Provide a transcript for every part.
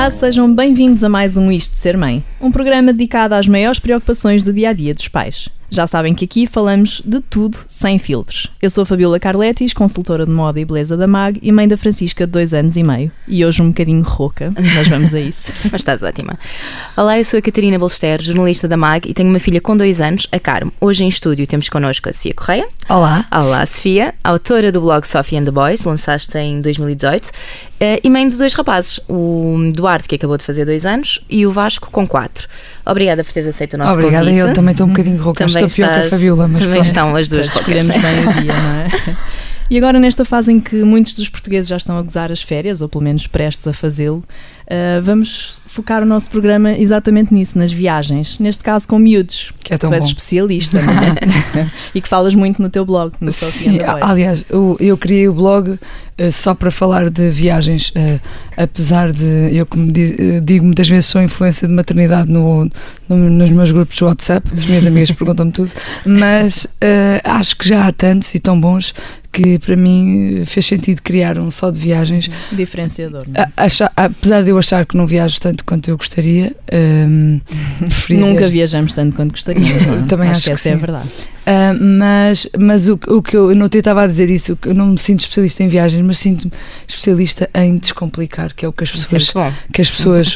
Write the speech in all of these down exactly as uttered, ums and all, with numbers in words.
Olá, sejam bem-vindos a mais um Isto de Ser Mãe, um programa dedicado às maiores preocupações do dia-a-dia dos pais. Já sabem que aqui falamos de tudo sem filtros. Eu sou a Fabiola Carletis, consultora de moda e beleza da M A G e mãe da Francisca de dois anos e meio. E hoje um bocadinho rouca, mas vamos a isso. Mas estás ótima. Olá, eu sou a Catarina Ballesteros, jornalista da M A G e tenho uma filha com dois anos, a Carmo. Hoje em estúdio temos connosco a Sofia Correia. Olá. Olá, Sofia, autora do blog Sophie and the Boys, lançaste em dois mil e dezoito, e mãe de dois rapazes, o Duarte, que acabou de fazer dois anos, e o Vasco, com quatro. Obrigada por teres aceito o nosso Obrigada, convite. eu também estou um bocadinho rouca, estou pior que a Fabiola, mas também pronto. Estão as duas roucas. Escolhemos bem o dia, não é? E agora, nesta fase em que muitos dos portugueses já estão a gozar as férias, ou pelo menos prestes a fazê-lo, uh, vamos focar o nosso programa exatamente nisso, nas viagens. Neste caso com miúdos. Que é tão tu és bom. especialista, não é? E que falas muito no teu blog, no Sophie and the Boys. Aliás, eu, eu criei o blog uh, só para falar de viagens, uh, apesar de, eu como diz, uh, digo muitas vezes, sou influência de maternidade no, no, nos meus grupos de WhatsApp, as minhas amigas perguntam-me tudo, mas uh, acho que já há tantos e tão bons que para mim fez sentido criar um só de viagens. Diferenciador, não é? A, achar, apesar de eu achar que não viajo tanto quanto eu gostaria, um, preferia Nunca viajar. viajamos tanto quanto gostaríamos, não é? Também acho, acho que essa que é a sim. verdade. Uh, mas mas o, o que eu não te estava a dizer isso, eu não me sinto especialista em viagens, mas sinto-me especialista em descomplicar, que é o que as pessoas, Sempre bom. que as pessoas uh,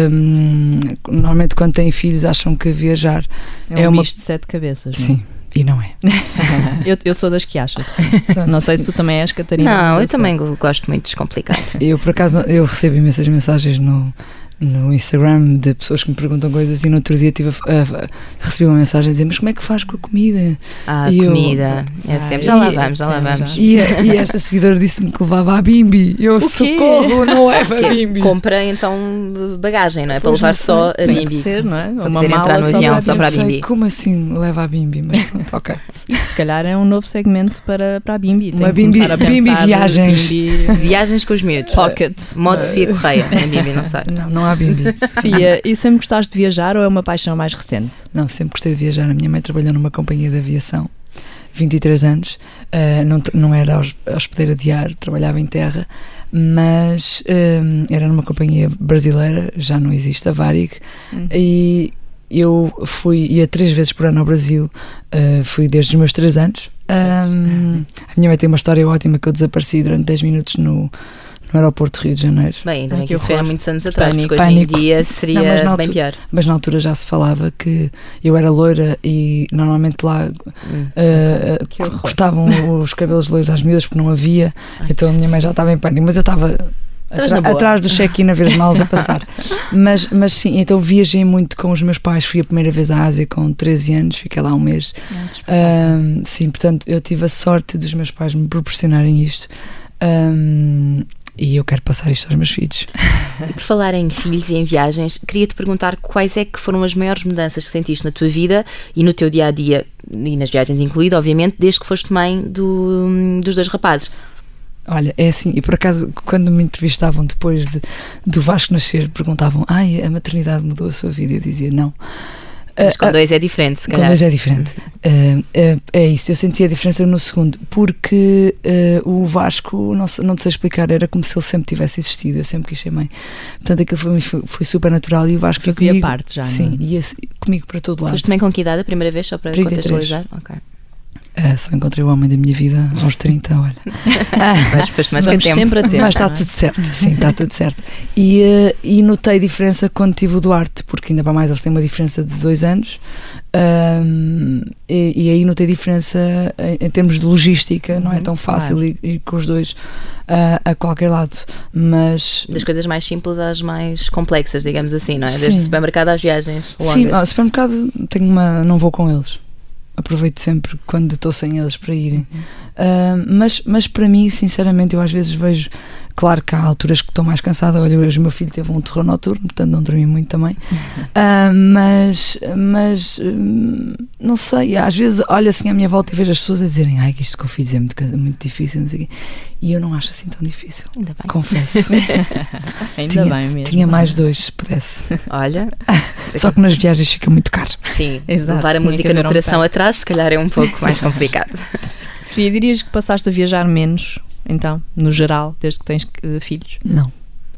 normalmente quando têm filhos acham que viajar É um é uma bicho de sete cabeças, não é? sim, e não é. eu, eu sou das que acha que sim. Não sei se tu também és, Catarina. Não, mas eu sei. também gosto muito de descomplicar. Eu por acaso eu recebo imensas mensagens no no Instagram de pessoas que me perguntam coisas e no outro dia tive a, a, a, recebi uma mensagem a dizer, mas como é que faz com a comida? Ah, E eu- comida. É Ah, sempre. Já lá e- vamos, já lá já. vamos. E, a- e esta seguidora disse-me que levava a Bimbi. Eu, quê? socorro, não leva a Bimbi. Compra então bagagem, não é? Para Pois, levar não sei. só a Tem que Bimbi. ser, não é? Para Uma poder mala entrar no só avião para só para a Eu sei, Bimbi. como assim leva a Bimbi? Mas pronto, ok. Isso se calhar é um novo segmento para, para a Bimbi. Tem Uma que Bimbi- começar a Bimbi pensar viagens. Bimbi Viagens com os miúdos. Pocket. Modo Sofia Correia, a Bimbi, não sei. Não, não há Bimbi. Sofia, e sempre gostaste de viajar ou é uma paixão mais recente? Não, sempre gostei de viajar. A minha mãe trabalhou numa companhia de aviação, vinte e três anos. Uh, não, não era hos- hospedeira de ar, trabalhava em terra, mas um, era numa companhia brasileira, já não existe, a Varig. Hum. E eu fui, ia três vezes por ano ao Brasil, uh, fui desde os meus três anos. Um, a minha mãe tem uma história ótima que eu desapareci durante dez minutos no, no aeroporto de Rio de Janeiro. Bem, ainda Ai, bem que que isso foi há horror. muitos anos atrás, Pânico. porque hoje em Pânico. dia seria Não, mas na bem altu- pior. Mas na altura já se falava que eu era loira e normalmente lá Hum. uh, Que horror. cortavam os cabelos loiros às miúdas porque não havia, Ai, então a minha mãe já estava em pânico, mas eu estava Estavas atra- na boa. atrás do check-in a ver as malas a passar. mas, mas sim, então viajei muito com os meus pais, fui a primeira vez à Ásia com treze anos, fiquei lá um mês. Um, sim, portanto eu tive a sorte dos meus pais me proporcionarem isto. Um, e eu quero passar isto aos meus filhos. E por falar em filhos e em viagens, queria-te perguntar quais é que foram as maiores mudanças que sentiste na tua vida e no teu dia-a-dia, e nas viagens incluído, obviamente, desde que foste mãe do, dos dois rapazes. Olha, é assim, e por acaso quando me entrevistavam depois de, do Vasco nascer, perguntavam, ai, a maternidade mudou a sua vida? Eu dizia, não. Mas com Ah, dois é diferente, se com calhar. dois é diferente. Uh, uh, é isso, eu senti a diferença no segundo, porque uh, o Vasco, não, sei- não te sei explicar, era como se ele sempre tivesse existido, eu sempre quis ser mãe. Portanto, aquilo foi, foi, foi super natural e o Vasco ia Fazia comigo, parte já, não é? sim, ia comigo para todo lado. Foste mãe com que idade a primeira vez, só para trinta e três. contextualizar? Ok. Uh, só encontrei o homem da minha vida aos trinta, olha. Mas foste mais com Vamos tempo. sempre a tempo. Mas está não é? tudo certo, sim, está tudo certo. E, eh, e notei diferença quando tive o Duarte, porque ainda para mais eles têm uma diferença de dois anos. Ahm, e, e aí notei diferença em, em termos de logística, não é tão fácil Claro. ir, ir com os dois ah, a qualquer lado. Mas Das coisas mais simples às mais complexas, digamos assim, não é? Desde Sim. o supermercado às viagens longas. sim, ao supermercado tenho uma, não vou com eles. Aproveito sempre quando estou sem eles para irem. Ah, mas, mas para mim, sinceramente, eu às vezes vejo. Claro que há alturas que estou mais cansada. Olha, hoje o meu filho teve um terror noturno, portanto não dormi muito também. Ah, mas, mas hum, não sei, às vezes olho assim à minha volta e vejo as pessoas a dizerem, ai, que isto que eu fiz é muito, muito difícil, não sei o quê. E eu não acho assim tão difícil. Ainda bem. Confesso. Ainda tinha, bem mesmo. tinha mais dois, se pudesse. Olha, Só que nas viagens fica muito caro. sim, Exato, levar a tinha que música haver no um coração bocado. atrás, se calhar é um pouco mais complicado. Sofia, dirias que passaste a viajar menos, então, no geral, desde que tens eh, filhos? Não.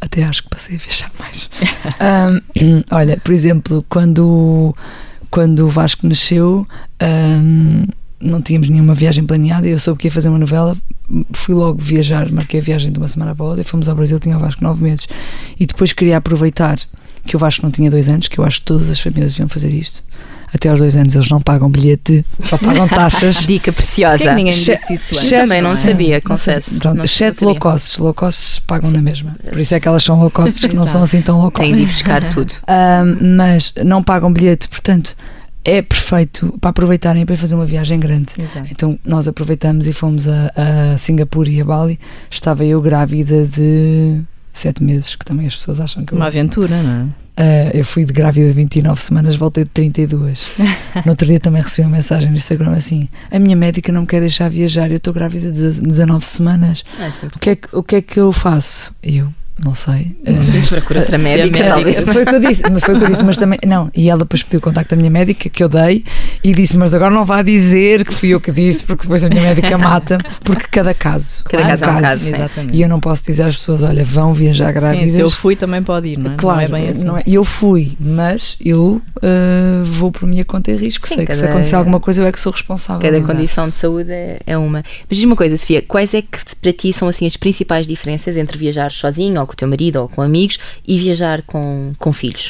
até acho que passei a viajar mais. um, olha, por exemplo, quando, quando o Vasco nasceu, um, não tínhamos nenhuma viagem planeada e eu soube que ia fazer uma novela, fui logo viajar, marquei a viagem de uma semana para a outra e fomos ao Brasil, tinha o Vasco nove meses e depois queria aproveitar que o Vasco não tinha dois anos, que eu acho que todas as famílias deviam fazer isto. Até aos dois anos eles não pagam bilhete, só pagam taxas. Dica preciosa. Que ninguém me disse isso antes? Eu também não é? sabia, confesso. Pronto, exceto low costs, low costs pagam na mesma. Por isso é que elas são low costs, que não são assim tão low costs. Têm de ir buscar tudo. Um, mas não pagam bilhete, portanto é perfeito para aproveitarem para fazer uma viagem grande. Exato. Então nós aproveitamos e fomos a, a Singapura e a Bali. Estava eu grávida de sete meses, que também as pessoas acham que... Uma aventura, não é? Uh, eu fui de grávida de vinte e nove semanas, voltei de trinta e duas. No outro dia também recebi uma mensagem no Instagram assim: a minha médica não me quer deixar viajar, eu estou grávida de dezanove semanas. É, o, que é que, o que é que eu faço? E eu não sei. Uh, Procura outra médica, médica, talvez. Foi o que eu disse, mas foi o que eu disse, mas também não. E ela depois pediu o contacto da minha médica, que eu dei, e disse: mas agora não vá dizer que fui eu que disse, porque depois a minha médica mata, porque cada caso, Cada caso é um caso. Exatamente. e eu não posso dizer às pessoas: olha, vão viajar grávidas. Sim, se eu fui também pode ir, não é? Claro, não é bem assim. não é, eu fui, mas eu uh, vou por minha conta e risco. Sim, Sei que cada- se acontecer alguma coisa eu é que sou responsável. Cada Exato. condição de saúde é, é uma. Mas diz uma coisa, Sofia, quais é que para ti são assim as principais diferenças entre viajar sozinho, ou com o teu marido, ou com amigos, e viajar com, com filhos?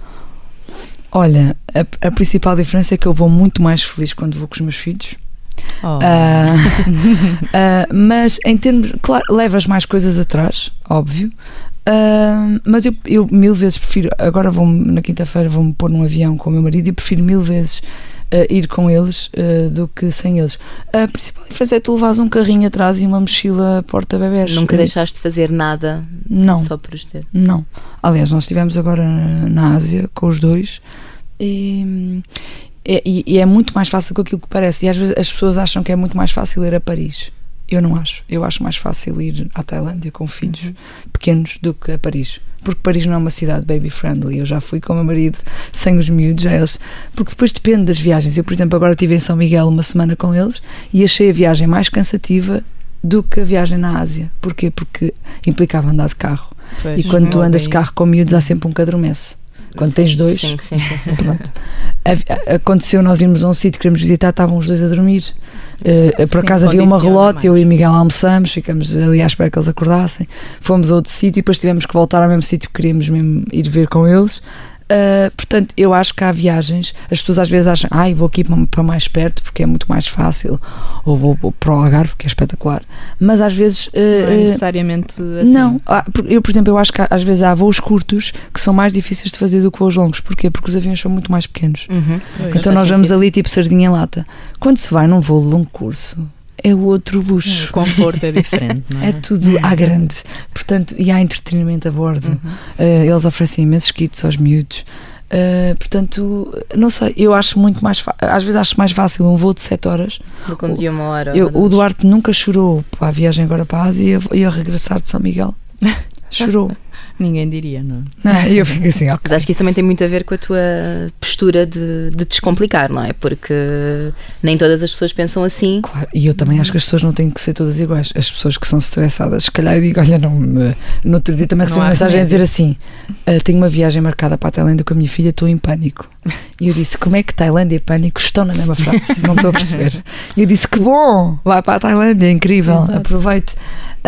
Olha, a, a principal diferença é que eu vou muito mais feliz quando vou com os meus filhos. Oh. Ah, ah, mas em termos, claro, levas mais coisas atrás, óbvio. Ah, mas eu, eu mil vezes prefiro, agora vou na quinta-feira vou-me pôr num avião com o meu marido e prefiro mil vezes Uh, ir com eles uh, do que sem eles. A principal diferença é tu levares um carrinho atrás e uma mochila porta-bebés. Nunca deixaste de fazer nada Não, só por os ter? não. Aliás, nós estivemos agora na Ásia com os dois e, e, e é muito mais fácil do que aquilo que parece. E às vezes as pessoas acham que é muito mais fácil ir a Paris. Eu não acho. Eu acho mais fácil ir à Tailândia com filhos Uhum. pequenos do que a Paris. Porque Paris não é uma cidade baby friendly. Eu já fui com o meu marido sem os miúdos. Já eles, porque depois depende das viagens. Eu, por exemplo, agora estive em São Miguel uma semana com eles e achei a viagem mais cansativa do que a viagem na Ásia. Porquê? Porque implicava andar de carro. Pois, E quando tu não andas de bem- carro com miúdos há sempre um que adormece. Quando Sim, tens dois, Sim, sim, sim. pronto. A- a- Aconteceu nós irmos a um sítio que queremos visitar, estavam os dois a dormir. Uh, por Sim, acaso havia uma condiciona relote, mais. eu e Miguel almoçamos, ficamos ali à espera que eles acordassem. Fomos a outro sítio e depois tivemos que voltar ao mesmo sítio que queríamos mesmo ir ver com eles. Uh, portanto, eu acho que há viagens, as pessoas às vezes acham, ai, vou aqui para, para mais perto porque é muito mais fácil, ou vou para o Algarve, que é espetacular. Mas às vezes. Uh, Não é uh, necessariamente assim. não, há- por- eu por exemplo, eu acho que há- às vezes há voos curtos que são mais difíceis de fazer do que voos longos. Porquê? Porque os aviões são muito mais pequenos. Uhum. Pois. Então faz nós vamos sentido. ali tipo sardinha em lata. Quando se vai num voo de longo curso, é outro O luxo. conforto é diferente, não é? É tudo à grande. Portanto, e há entretenimento a bordo. Uhum. Uh, eles oferecem imensos kits aos miúdos. Uh, portanto, não sei, eu acho muito mais fa- às vezes acho mais fácil um voo de sete horas. Do que um de uma hora. Eu- ou o duas. Duarte nunca chorou para a viagem agora para a Ásia e ao regressar de São Miguel. Chorou. Ninguém diria, não. Não, é? E eu fico assim, ok. Mas acho que isso também tem muito a ver com a tua postura de, de descomplicar, não é? Porque nem todas as pessoas pensam assim. Claro, e eu também acho que as pessoas não têm que ser todas iguais. As pessoas que são estressadas, se calhar eu digo, olha, não me... no outro dia também recebi Não uma há mensagem a dizer remédio. assim: "Ah, tenho uma viagem marcada para a Tailândia com a minha filha, estou em pânico." E eu disse: como é que Tailândia e pânico estão na mesma frase? Não estou a perceber. E eu disse: que bom, vai para a Tailândia, é incrível, Exato. aproveite.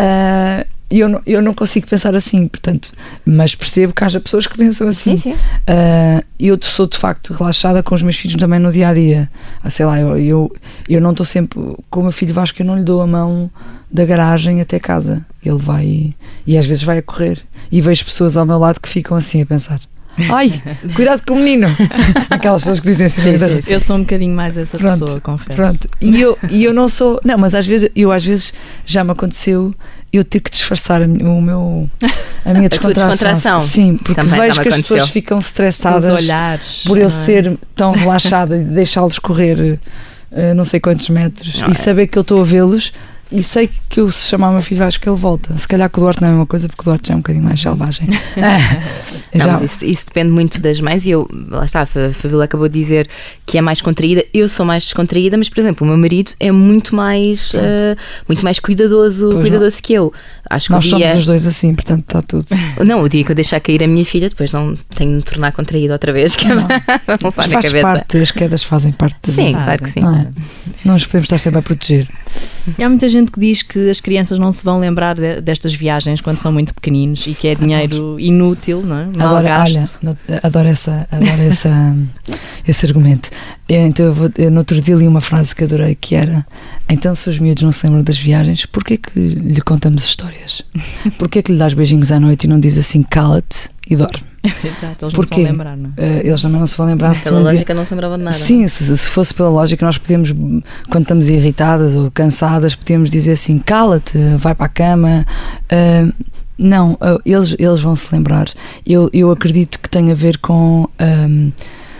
Ah, E eu não, eu não consigo pensar assim, portanto, mas percebo que haja pessoas que pensam assim. Sim, sim. Uh, eu sou de facto relaxada com os meus filhos também no dia a dia. Ah, sei lá, eu, eu, eu não estou sempre com o meu filho Vasco, eu não lhe dou a mão da garagem até casa. Ele vai e às vezes vai a correr. E vejo pessoas ao meu lado que ficam assim a pensar: ai, cuidado com o menino. Aquelas pessoas que dizem assim, Sim, "Cuidado." sim, Eu sou um bocadinho mais essa Pronto, pessoa, confesso. Pronto, e eu, e eu não sou, não, mas às vezes eu às vezes já me aconteceu eu ter que disfarçar a, mi- o meu a minha A tua descontração. descontração. Sim, porque Também já vejo me que as aconteceu. pessoas ficam Os estressadas olhares. por eu não é? ser tão relaxada e deixá-los correr eh, não sei quantos metros Não, é. e saber que eu estou a vê-los e sei que eu, se chamar o meu filho Vasco, ele volta. Se calhar com o Duarte não é a mesma coisa, porque o Duarte já é um bocadinho mais selvagem. Não, já... mas isso, isso depende muito das mães. E eu, lá está, a Fabíola acabou de dizer que é mais contraída. Eu sou mais descontraída, mas, por exemplo, o meu marido é muito mais, uh, muito mais cuidadoso, pois cuidadoso que eu. Acho que nós o dia... somos os dois assim, portanto está tudo. Não, o dia que eu deixar cair a minha filha, depois não tenho de me tornar contraída outra vez. Que não. Vamos Mas na faz cabeça. parte, as quedas fazem parte da Sim, vida. claro que sim. Não, é? Não nos podemos estar sempre a proteger. E há muita gente que diz que as crianças não se vão lembrar de, destas viagens quando são muito pequeninos e que é dinheiro inútil, não é? Mal Adoro, gasto. olha, adoro, essa, adoro essa, esse argumento. Eu, então eu, vou, eu no outro dia li uma frase que adorei, que era: então se os miúdos não se lembram das viagens, porquê que lhe contamos histórias? Porquê que lhe dás beijinhos à noite e não diz assim cala-te e dorme? Exato, eles Porquê? não se vão lembrar, não é? Uh, eles também não se vão lembrar. Pela lógica não se lembrava de nada. Sim, se, se fosse pela lógica, nós podemos, quando estamos irritadas ou cansadas, podemos dizer assim: cala-te, vai para a cama. Uh, não, uh, eles, eles vão se lembrar. Eu, eu acredito que tem a ver com, um,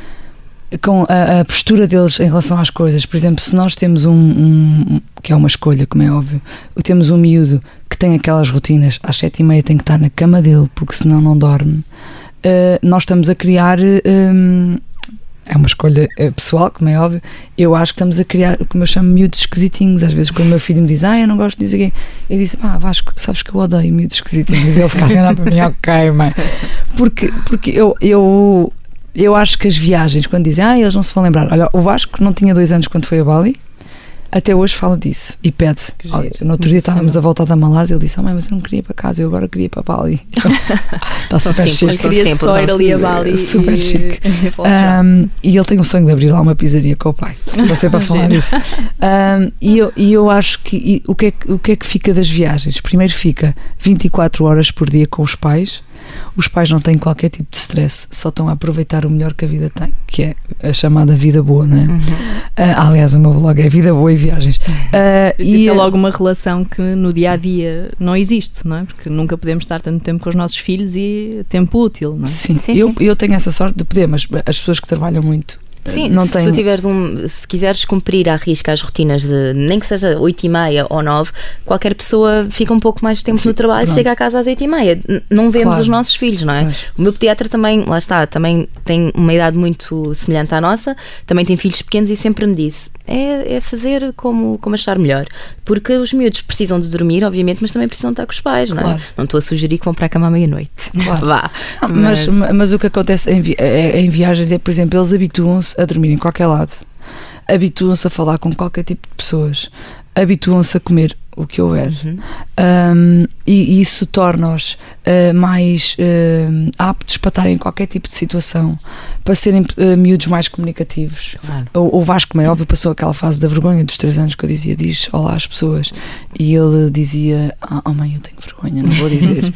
com a, a postura deles em relação às coisas. Por exemplo, se nós temos um, um, que é uma escolha, como é óbvio, temos um miúdo que tem aquelas rotinas, às sete e meia tem que estar na cama dele, porque senão não dorme. Uh, nós estamos a criar, um, é uma escolha pessoal, como é óbvio, eu acho que estamos a criar, como eu chamo, miúdos esquisitinhos. Às vezes quando o meu filho me diz, ah, eu não gosto de dizer quem, eu disse, ah, Vasco, sabes que eu odeio miúdos esquisitinhos, e ele fica assim a olhar para mim, ok, mãe, porque, porque eu, eu, eu acho que as viagens, quando dizem, ah, eles não se vão lembrar, olha, o Vasco não tinha dois anos quando foi a Bali, até hoje fala disso e pede. Olha, no outro dia estávamos a voltar da Malásia, ele disse, oh mãe, mas eu não queria ir para casa, eu agora queria ir para Bali. Está super chique. Eu queria simples, só ir ali a Bali. Super e... chique. e, um, e ele tem um sonho de abrir lá uma pizzaria com o pai. Estou sempre a falar disso. Um, e, eu, e eu acho que e, o, que é que o que é que fica das viagens? Primeiro fica vinte e quatro horas por dia com os pais. Os pais não têm qualquer tipo de stress, só estão a aproveitar o melhor que a vida tem, que é a chamada vida boa, não é? Uhum. Uh, aliás, o meu blog é Vida Boa e Viagens. Uh, e isso é logo uma relação que no dia a dia não existe, não é? Porque nunca podemos estar tanto tempo com os nossos filhos e tempo útil, não é? Sim, sim, eu, sim. eu tenho essa sorte de poder, mas as pessoas que trabalham muito. Sim, não se tem... tu tiveres um, se quiseres cumprir à risca as rotinas de nem que seja oito e meia ou nove, qualquer pessoa fica um pouco mais de tempo no trabalho, Pronto. chega a casa às oito e meia, não vemos Claro. os nossos filhos, não é? Claro. O meu pediatra também, lá está, também tem uma idade muito semelhante à nossa, também tem filhos pequenos e sempre me disse, é, é fazer como, como achar melhor, porque os miúdos precisam de dormir, obviamente, mas também precisam estar com os pais, não é? Claro. Não estou a sugerir que vão para a cama à meia-noite. Claro. Vá. Mas, mas, mas o que acontece em, vi em viagens é, por exemplo, eles habituam-se a dormir em qualquer lado, habituam-se a falar com qualquer tipo de pessoas, habituam-se a comer o que houver. Uhum. Um, e, e isso torna-os uh, mais uh, aptos para estarem em qualquer tipo de situação, para serem uh, miúdos mais comunicativos. Claro. O, o Vasco, como é óbvio, passou aquela fase da vergonha dos três anos que eu dizia, diz olá às pessoas, e ele dizia, ah, oh mãe, eu tenho vergonha, não vou dizer.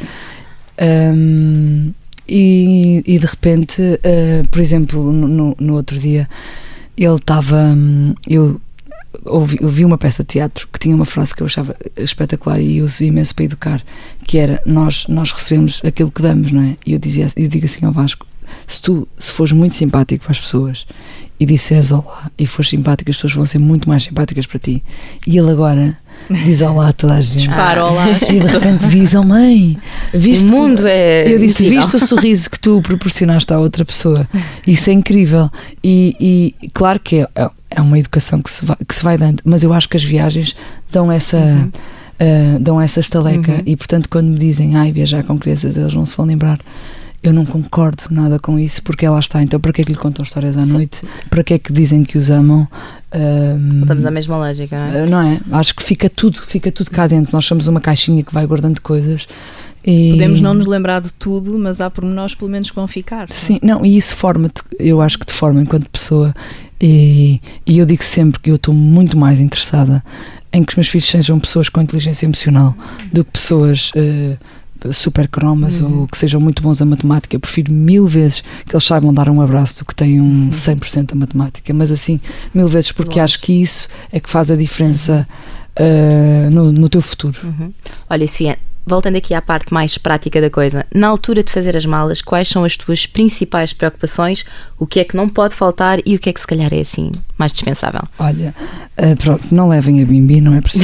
um, e, e de repente, uh, por exemplo, no, no outro dia, ele estava, um, eu ouvi, ouvi uma peça de teatro que tinha uma frase que eu achava espetacular e uso imenso para educar, que era, nós, nós recebemos aquilo que damos, não é? E eu, dizia, eu digo assim ao Vasco, se tu se fores muito simpático para as pessoas e disseres olá e fores simpático, as pessoas vão ser muito mais simpáticas para ti. E ele agora diz olá a toda a gente. Dispara olá. E de repente diz, oh mãe, viste O mundo é eu disse, incrível. viste o sorriso que tu proporcionaste à outra pessoa, isso é incrível. E, e claro que é, é uma educação que se, vai, que se vai dando, mas eu acho que as viagens dão essa uhum. uh, dão essa estaleca uhum. e portanto quando me dizem, ai, viajar com crianças eles não se vão lembrar, eu não concordo nada com isso, porque ela está, então para que é que lhe contam histórias à Sim. noite? Para que é que dizem que os amam? Um, Estamos à mesma lógica, não é? Não é? Acho que fica tudo, fica tudo cá dentro. Nós somos uma caixinha que vai guardando coisas. E... Podemos não nos lembrar de tudo, mas há pormenores pelo menos que vão ficar. Sim, não, e isso forma-te, eu acho que te forma enquanto pessoa, e, e eu digo sempre que eu estou muito mais interessada em que os meus filhos sejam pessoas com inteligência emocional do que pessoas uh, super cromas uhum. ou que sejam muito bons a matemática. Eu prefiro mil vezes que eles saibam dar um abraço do que tenham um cem por cento a matemática, mas assim, mil vezes, porque Lógico. Acho que isso é que faz a diferença uh, no, no teu futuro. Uhum. Olha, Sofia, voltando aqui à parte mais prática da coisa, na altura de fazer as malas, quais são as tuas principais preocupações? O que é que não pode faltar e o que é que se calhar é assim mais dispensável? Olha, uh, pronto, não levem a bimbi, não é preciso.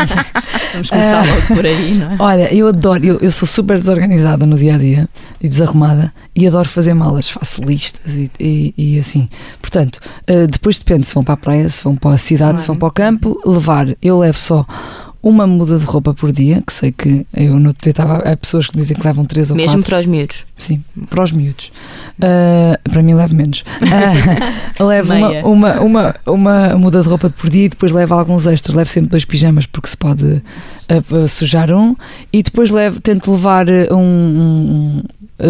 Vamos começar logo por aí, não é? Olha, eu adoro, eu, eu sou super desorganizada no dia a dia e desarrumada e adoro fazer malas, faço listas e, e, e assim. Portanto, uh, depois depende se vão para a praia, se vão para a cidade, não. se vão para o campo, levar, eu levo só uma muda de roupa por dia, que sei que eu não tentava, há pessoas que dizem que levam três ou Mesmo quatro. Mesmo para os miúdos? Sim, para os miúdos. Uh, para mim levo menos. Uh, levo uma, uma, uma, uma muda de roupa por dia e depois levo alguns extras. Levo sempre dois pijamas porque se pode uh, sujar um. E depois levo, tento levar um, um,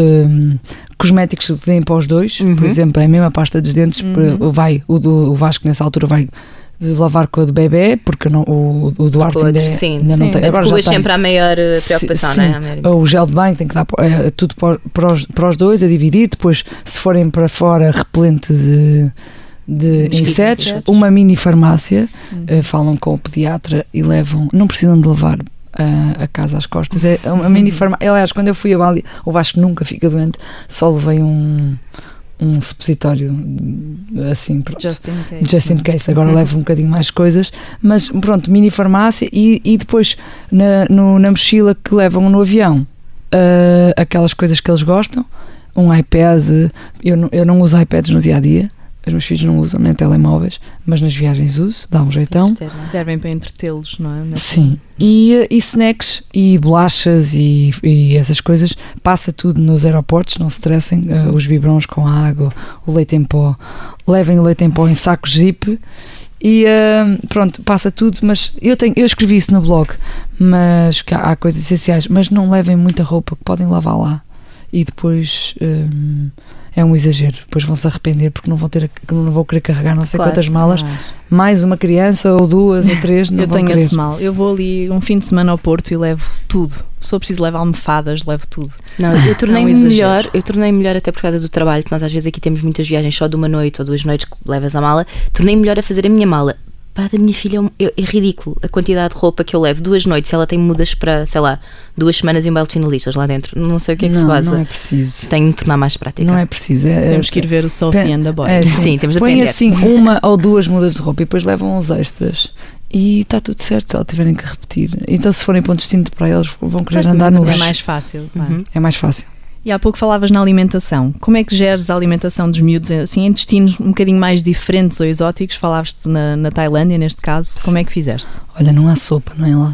um cosméticos que vêm para os dois. Uhum. Por exemplo, é a mesma pasta dos dentes. Uhum. Vai, o, do, o Vasco nessa altura vai de lavar com a de bebê, porque não, o, o Duarte ainda, é, sim, ainda sim. não tem. Agora já tem. Sempre a maior preocupação, sim, não é? Sim. O gel de banho tem que dar é, tudo para, para, os, para os dois, a dividir. Depois, se forem para fora, repelente de, de insetos, insetos, uma mini farmácia. Hum. Uh, falam com o pediatra e levam. Não precisam de levar a, a casa às costas. É uma mini farmácia. Aliás, quando eu fui a Bali, o Vasco nunca fica doente, só levei um. um supositório assim, pronto. Just in case. Just in case. Agora uhum. levo um bocadinho mais coisas, mas pronto, mini farmácia e, e depois na, no, na mochila que levam no avião, uh, aquelas coisas que eles gostam, um iPad, eu não, eu não uso iPads no dia a dia, os meus filhos não usam nem telemóveis, mas nas viagens uso, dá um jeitão. Servem para entretê-los, não é? Sim, e, e snacks e bolachas e, e essas coisas, passa tudo nos aeroportos, não se estressem, uh, os biberons com água, o leite em pó, levem o leite em pó em sacos zip e uh, pronto, passa tudo, mas eu, tenho, eu escrevi isso no blog, mas que há, há coisas essenciais, mas não levem muita roupa, que podem lavar lá e depois... Um, é um exagero, depois vão se arrepender porque não vão ter, não vão querer carregar não sei claro, quantas malas, mas... mais uma criança ou duas ou três, não eu vão tenho querer. Esse mal, eu vou ali um fim de semana ao Porto e levo tudo, se for preciso levar almofadas, levo tudo. Não, eu tornei-me é um melhor, eu tornei-me melhor até por causa do trabalho, que nós às vezes aqui temos muitas viagens só de uma noite ou duas noites que levas a mala, tornei-me melhor a fazer a minha mala. Pá, da minha filha é, é ridículo a quantidade de roupa que eu levo duas noites, ela tem mudas para, sei lá, duas semanas e um baile de finalistas lá dentro, não sei o que é que não, se basa. Não é preciso. Tenho de tornar mais prática. Não é preciso. É, temos que ir ver o Sophie and the Boy. É, sim, sim, temos de põe aprender. Assim uma ou duas mudas de roupa e depois levam uns extras e está tudo certo se elas tiverem que repetir. Então se forem para um destino de praia eles vão querer Mas andar no é mais fácil. Uhum. É mais fácil. E há pouco falavas na alimentação. Como é que geres a alimentação dos miúdos assim, em destinos um bocadinho mais diferentes ou exóticos? Falavas-te na, na Tailândia, neste caso. Como é que fizeste? Olha, não há sopa, não é lá?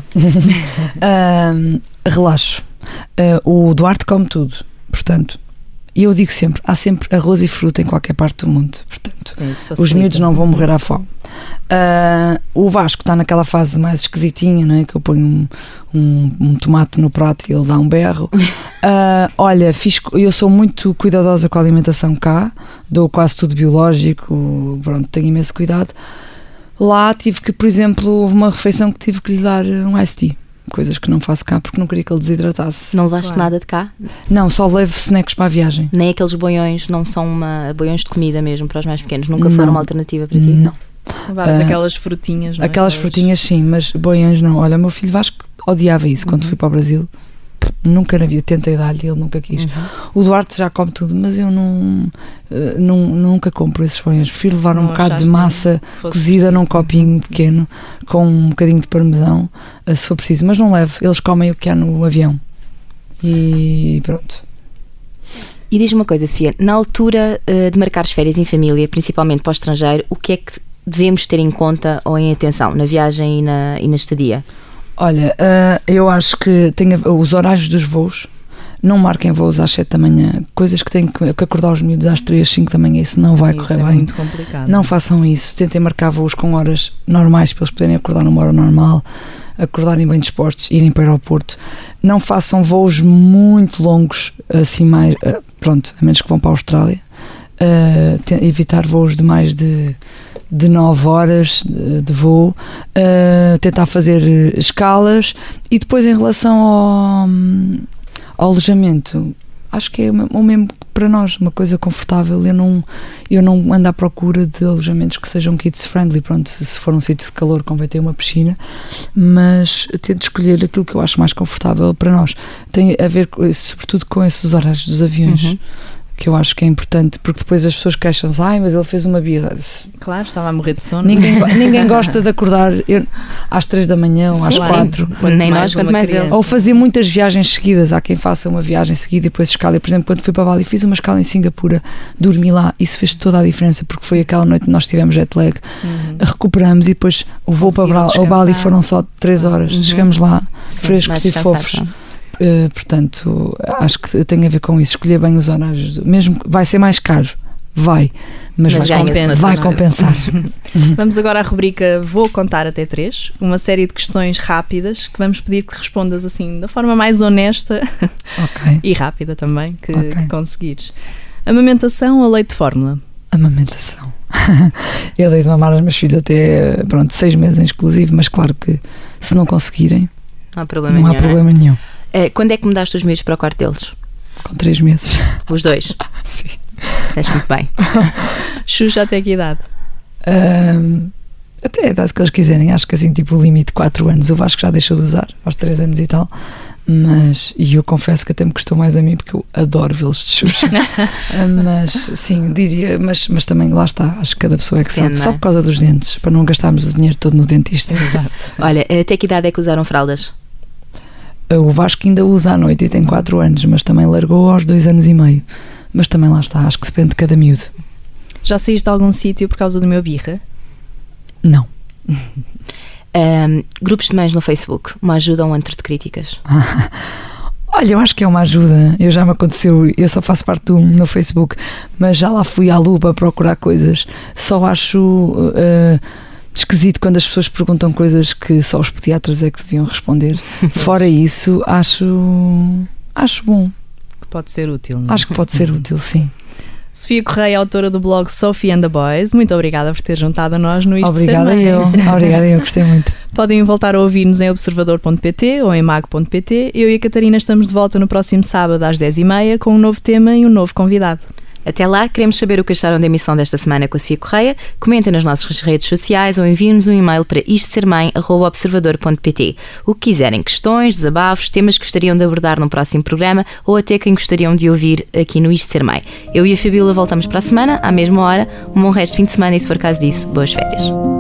um, relaxo. Uh, o Duarte come tudo, portanto, e eu digo sempre, há sempre arroz e fruta em qualquer parte do mundo, portanto, sim, os miúdos não vão morrer à fome. Uh, o Vasco está naquela fase mais esquisitinha, não é? Que eu ponho um, um, um tomate no prato e ele dá um berro. Uh, olha, fiz, eu sou muito cuidadosa com a alimentação cá, dou quase tudo biológico, pronto, tenho imenso cuidado. Lá tive que, por exemplo, houve uma refeição que tive que lhe dar um iced tea. Coisas que não faço cá porque não queria que ele desidratasse. Não levaste claro. nada de cá? Não, só levo snacks para a viagem. Nem aqueles boiões, não são uma, boiões de comida mesmo para os mais pequenos? Nunca foram não. uma alternativa para ti? Não. Levavas uh, aquelas frutinhas, não é? Aquelas frutinhas sim, mas boiões não. Olha, meu filho Vasco odiava isso. Uhum. Quando fui para o Brasil, nunca na vida tentei dar-lhe, ele nunca quis. Uhum. O Duarte já come tudo, mas eu não, não nunca compro esses boiões. Prefiro levar não um bocado de massa cozida num copinho pequeno com um bocadinho de parmesão, se for preciso, mas não levo. Eles comem o que há no avião. E pronto. E diz-me uma coisa, Sofia, na altura uh, de marcar as férias em família, principalmente para o estrangeiro, o que é que devemos ter em conta ou em atenção na viagem e na, e na estadia? Olha, uh, eu acho que tem a, os horários dos voos, não marquem voos às sete da manhã, coisas que têm que, que acordar os miúdos às três, cinco da manhã, isso não Sim, vai isso correr é bem. Muito complicado. Não façam isso, tentem marcar voos com horas normais para eles poderem acordar numa hora normal, acordarem bem dispostos, irem para o aeroporto. Não façam voos muito longos, assim mais, uh, pronto, a menos que vão para a Austrália. Uh, te, evitar voos de mais de, de nove horas de, de voo, uh, tentar fazer escalas. E depois em relação ao, ao alojamento, acho que é o mesmo para nós, uma coisa confortável. Eu não, eu não ando à procura de alojamentos que sejam kids friendly. Pronto, se, se for um sítio de calor convém ter uma piscina, mas tento escolher aquilo que eu acho mais confortável para nós. Tem a ver sobretudo com esses horários dos aviões. Uhum. Que eu acho que é importante, porque depois as pessoas queixam-se, ai, mas ele fez uma birra. Claro, estava a morrer de sono. Ninguém, ninguém gosta de acordar eu, às três da manhã ou às quatro. Nem nós, quanto mais eles. Ou fazer muitas viagens seguidas. Há quem faça uma viagem seguida e depois escala. Por exemplo, quando fui para Bali, fiz uma escala em Singapura, dormi lá, isso fez toda a diferença, porque foi aquela noite que nós tivemos jet lag. Uhum. Recuperamos e depois o voo para Bali, Bali foram só três horas. Uhum. Chegamos lá, sim, frescos e fofos. Não? Uh, portanto, acho que tem a ver com isso, escolher bem os horários, mesmo vai ser mais caro, vai, mas, mas vai, compensa, vai compensar. Vamos agora à rubrica Vou Contar Até Três, uma série de questões rápidas que vamos pedir que respondas assim, da forma mais honesta okay. e rápida também que, okay. que conseguires. Amamentação ou leite de fórmula? Amamentação. Eu dei de mamar aos meus filhos até, pronto, seis meses exclusivo, mas claro que se não conseguirem, não há problema não nenhum. Há problema nenhum. É, quando é que mudaste os miúdos para o quarto deles? Com três meses. Os dois? Sim. Estás muito bem. Xuxa até que idade? Um, até a idade que eles quiserem. Acho que assim, tipo, o limite de quatro anos. O Vasco já deixou de usar, aos três anos e tal. Mas, e eu confesso que até me custou mais a mim, porque eu adoro vê-los de Xuxa. Mas, sim, diria, mas, mas também lá está. Acho que cada pessoa é que sabe. Só por causa dos dentes, para não gastarmos o dinheiro todo no dentista. Exato. Olha, até que idade é que usaram fraldas? O Vasco ainda usa à noite e tem quatro anos, mas também largou aos dois anos e meio. Mas também lá está, acho que depende de cada miúdo. Já saíste de algum sítio por causa do meu birra? Não. um, grupos de mães no Facebook, uma ajuda ou um antro de críticas? Olha, eu acho que é uma ajuda. Eu já me aconteceu, eu só faço parte do no Facebook, mas já lá fui à lupa procurar coisas. Só acho... Uh, esquisito quando as pessoas perguntam coisas que só os pediatras é que deviam responder. Fora isso, acho acho bom. Que pode ser útil, não é? Acho que pode ser útil, sim. Sofia Correia, autora do blog Sophie and the Boys, muito obrigada por ter juntado a nós no Isto Obrigada Ser Mãe. eu, obrigada eu, gostei muito. Podem voltar a ouvir-nos em observador ponto pt ou em mago ponto pt. Eu e a Catarina estamos de volta no próximo sábado às dez e meia com um novo tema e um novo convidado. Até lá, queremos saber o que acharam da emissão desta semana com a Sofia Correia. Comentem nas nossas redes sociais ou enviem-nos um e-mail para isto ser mãe arroba observador ponto pt. O que quiserem, questões, desabafos, temas que gostariam de abordar no próximo programa ou até quem gostariam de ouvir aqui no Isto Ser Mãe. Eu e a Fabíola voltamos para a semana, à mesma hora. Um bom resto de fim de semana e, se for caso disso, boas férias.